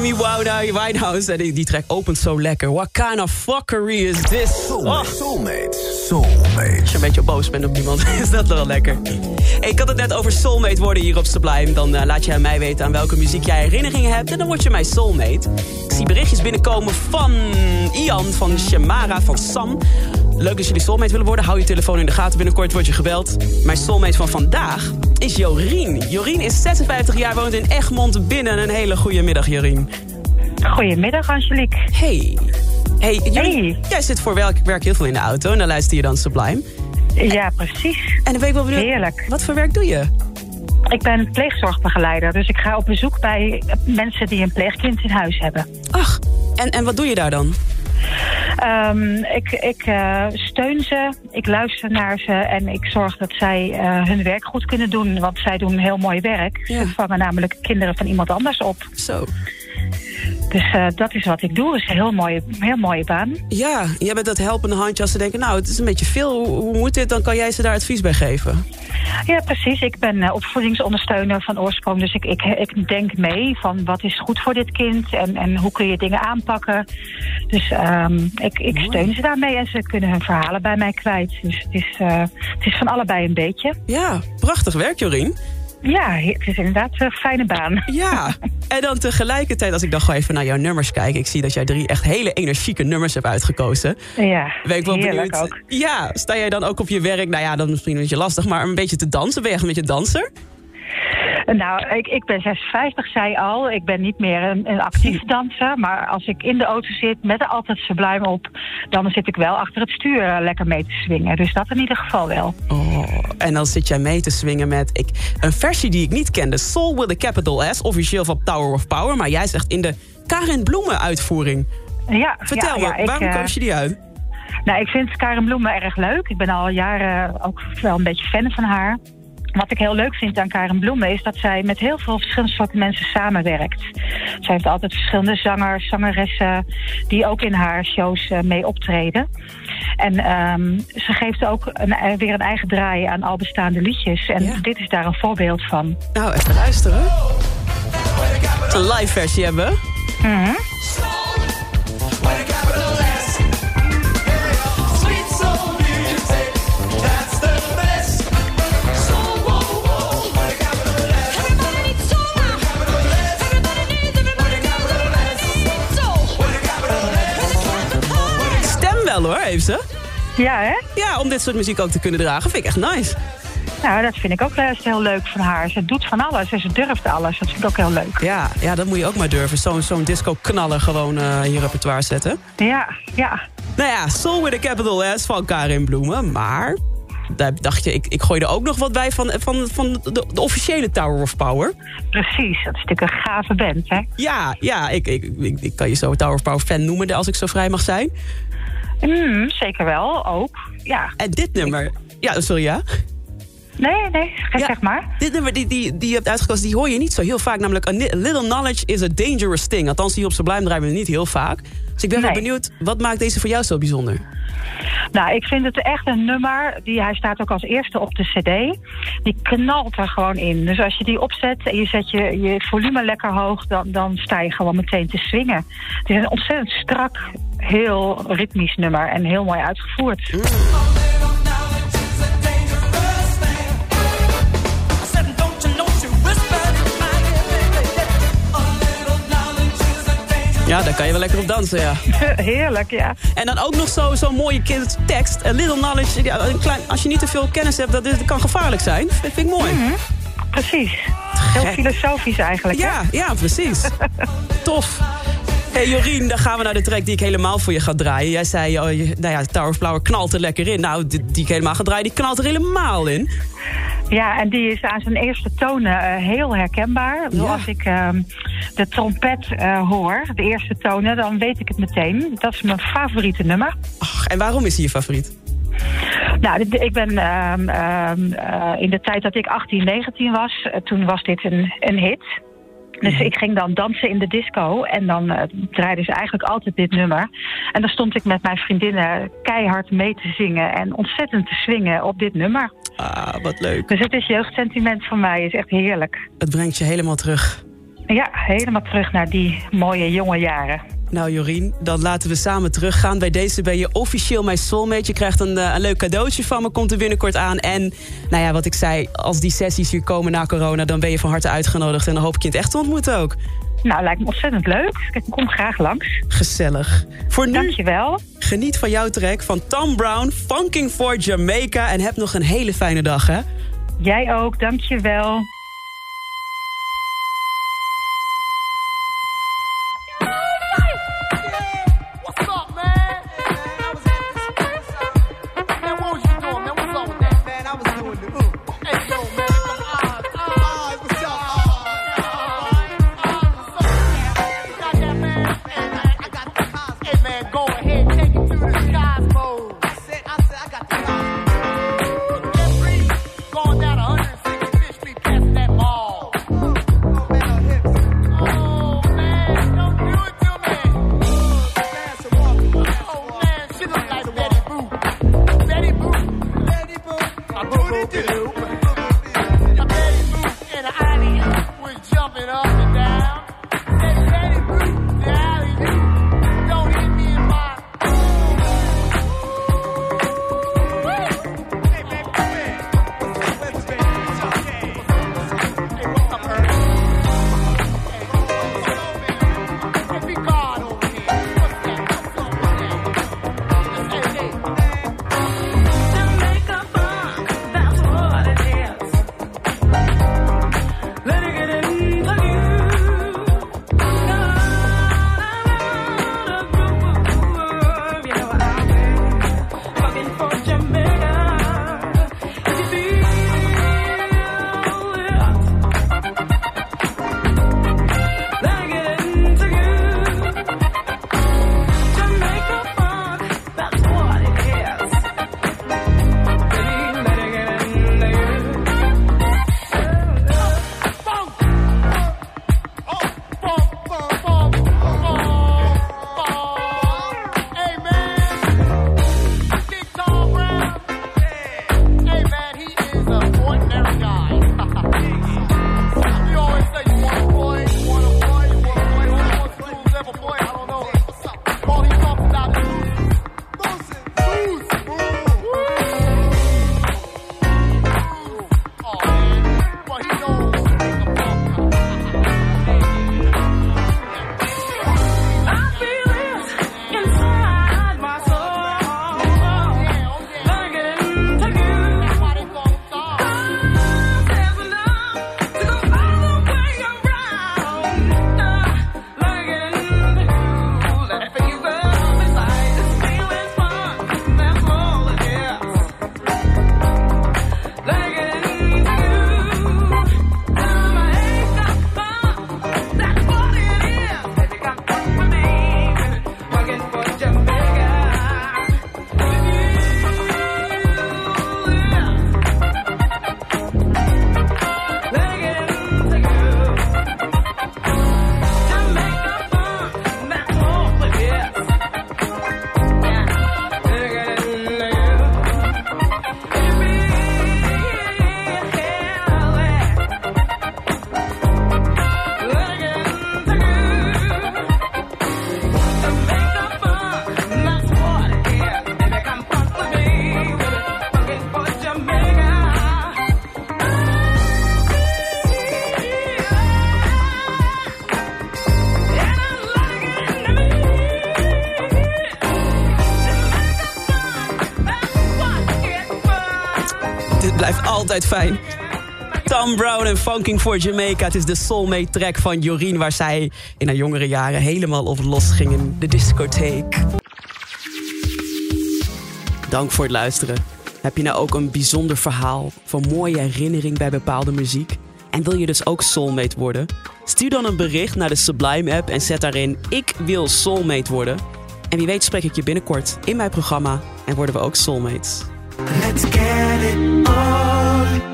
Amy Winehouse. En die track opent zo lekker. What kind of fuckery is this? Soulmate. Als je een beetje boos bent op iemand, is dat wel lekker. Hey, ik had het net over soulmate worden hier op Sublime. Dan laat je aan mij weten aan welke muziek jij herinneringen hebt. En dan word je mijn soulmate. Ik zie berichtjes binnenkomen van Ian, van Shamara, van Sam. Leuk dat jullie soulmate willen worden. Hou je telefoon in de gaten, binnenkort word je gebeld. Mijn soulmate van vandaag is Jorien. Jorien is 56 jaar, woont in Egmond Binnen. Een hele goede middag, Jorien. Goedemiddag, Angelique. Hey, Jorien, jij zit voor werk heel veel in de auto en dan luister je dan Sublime. Ja, precies. En dan ben ik wel benieuwd, heerlijk. Wat voor werk doe je? Ik ben pleegzorgbegeleider, dus ik ga op bezoek bij mensen die een pleegkind in huis hebben. Ach, en wat doe je daar dan? Ik steun ze, ik luister naar ze en ik zorg dat zij hun werk goed kunnen doen. Want zij doen heel mooi werk. Ja. Ze vangen namelijk kinderen van iemand anders op. Zo. Dus dat is wat ik doe. Dat is een heel mooie baan. Ja, jij bent dat helpende handje als ze denken, nou, het is een beetje veel. Hoe moet dit? Dan kan jij ze daar advies bij geven. Ja, precies. Ik ben opvoedingsondersteuner van oorsprong. Dus ik denk mee van wat is goed voor dit kind en hoe kun je dingen aanpakken. Dus ik steun ze daarmee en ze kunnen hun verhalen bij mij kwijt. Dus het is van allebei een beetje. Ja, prachtig werk, Jorien. Ja, het is inderdaad een fijne baan. Ja, en dan tegelijkertijd, als ik dan gewoon even naar jouw nummers kijk, ik zie dat jij 3 echt hele energieke nummers hebt uitgekozen. Ja, ben ik wel heerlijk benieuwd. Ook. Ja, sta jij dan ook op je werk, nou ja, dan misschien een beetje lastig, maar een beetje te dansen? Ben je echt een beetje danser? Nou, ik ben 56, zei al. Ik ben niet meer een actief danser. Maar als ik in de auto zit met altijd Sublime op, dan zit ik wel achter het stuur lekker mee te swingen. Dus dat in ieder geval wel. Oh, en dan zit jij mee te swingen met een versie die ik niet kende. Soul with a capital S, officieel van Tower of Power. Maar jij zegt in de Karin Bloemen uitvoering. Ja. Vertel me, waarom koos je die uit? Nou, ik vind Karin Bloemen erg leuk. Ik ben al jaren ook wel een beetje fan van haar. Wat ik heel leuk vind aan Karin Bloemen is dat zij met heel veel verschillende soorten mensen samenwerkt. Zij heeft altijd verschillende zangers, zangeressen die ook in haar shows mee optreden. En ze geeft ook weer een eigen draai aan al bestaande liedjes. En dit is daar een voorbeeld van. Nou, even luisteren. Een live versie hebben we. Mm-hmm. Hoor, heeft ze. Ja, hè? Ja, om dit soort muziek ook te kunnen dragen, vind ik echt nice. Nou, dat vind ik ook juist heel leuk van haar. Ze doet van alles en ze durft alles. Dat vind ik ook heel leuk. Ja, dat moet je ook maar durven. Zo'n disco-knaller gewoon in je repertoire zetten. Ja. Nou ja, Soul with a capital S van Karin Bloemen. Maar daar dacht je, ik gooi er ook nog wat bij van de officiële Tower of Power. Precies, dat is natuurlijk een gave band, hè? Ja, ik kan je zo Tower of Power fan noemen als ik zo vrij mag zijn. Zeker wel, ook, ja. En dit nummer... Ja, sorry, ja? Nee, zeg maar. Dit nummer die je hebt uitgekozen, die hoor je niet zo heel vaak. Namelijk, a little knowledge is a dangerous thing. Althans, hier op Sublime draaien we het niet heel vaak. Dus ik ben wel benieuwd, wat maakt deze voor jou zo bijzonder? Nou, ik vind het echt een nummer. Hij staat ook als eerste op de cd. Die knalt er gewoon in. Dus als je die opzet en je zet je volume lekker hoog, dan sta je gewoon meteen te swingen. Het is een ontzettend strak, heel ritmisch nummer en heel mooi uitgevoerd. Ja, daar kan je wel lekker op dansen, ja. Heerlijk, ja. En dan ook nog zo'n mooie tekst. A little knowledge. Ja, als je niet te veel kennis hebt, dat kan gevaarlijk zijn. Dat vind ik mooi. Mm-hmm. Precies. Heel filosofisch eigenlijk. Ja, precies. Tof. Hey Jorien, dan gaan we naar de track die ik helemaal voor je ga draaien. Jij zei, Tower of Power knalt er lekker in. Nou, die ik helemaal ga draaien, die knalt er helemaal in. Ja, en die is aan zijn eerste tonen heel herkenbaar. Ja. Als ik de trompet hoor, de eerste tonen, dan weet ik het meteen. Dat is mijn favoriete nummer. Ach, en waarom is die je favoriet? Nou, ik ben in de tijd dat ik 18, 19 was, toen was dit een hit. Dus ik ging dan dansen in de disco en dan draaiden ze eigenlijk altijd dit nummer. En dan stond ik met mijn vriendinnen keihard mee te zingen en ontzettend te swingen op dit nummer. Ah, wat leuk. Dus het is jeugdsentiment voor mij, is echt heerlijk. Het brengt je helemaal terug. Ja, helemaal terug naar die mooie jonge jaren. Nou Jorien, dan laten we samen teruggaan. Bij deze ben je officieel mijn soulmate. Je krijgt een leuk cadeautje van me, komt er binnenkort aan. En nou ja, wat ik zei, als die sessies hier komen na corona... dan ben je van harte uitgenodigd en dan hoop ik je in het echt te ontmoeten ook. Nou, lijkt me ontzettend leuk. Ik kom graag langs. Gezellig. Voor nu, dankjewel. Geniet van jouw track van Tom Browne, Funking for Jamaica. En heb nog een hele fijne dag, hè? Jij ook, dankjewel. Blijft altijd fijn. Tom Browne en Funking for Jamaica. Het is de soulmate track van Jorien, waar zij in haar jongere jaren helemaal op los ging in de discotheek. Dank voor het luisteren. Heb je nou ook een bijzonder verhaal van mooie herinnering bij bepaalde muziek? En wil je dus ook soulmate worden? Stuur dan een bericht naar de Sublime app en zet daarin: ik wil soulmate worden. En wie weet spreek ik je binnenkort in mijn programma en worden we ook soulmates. Let's get it on.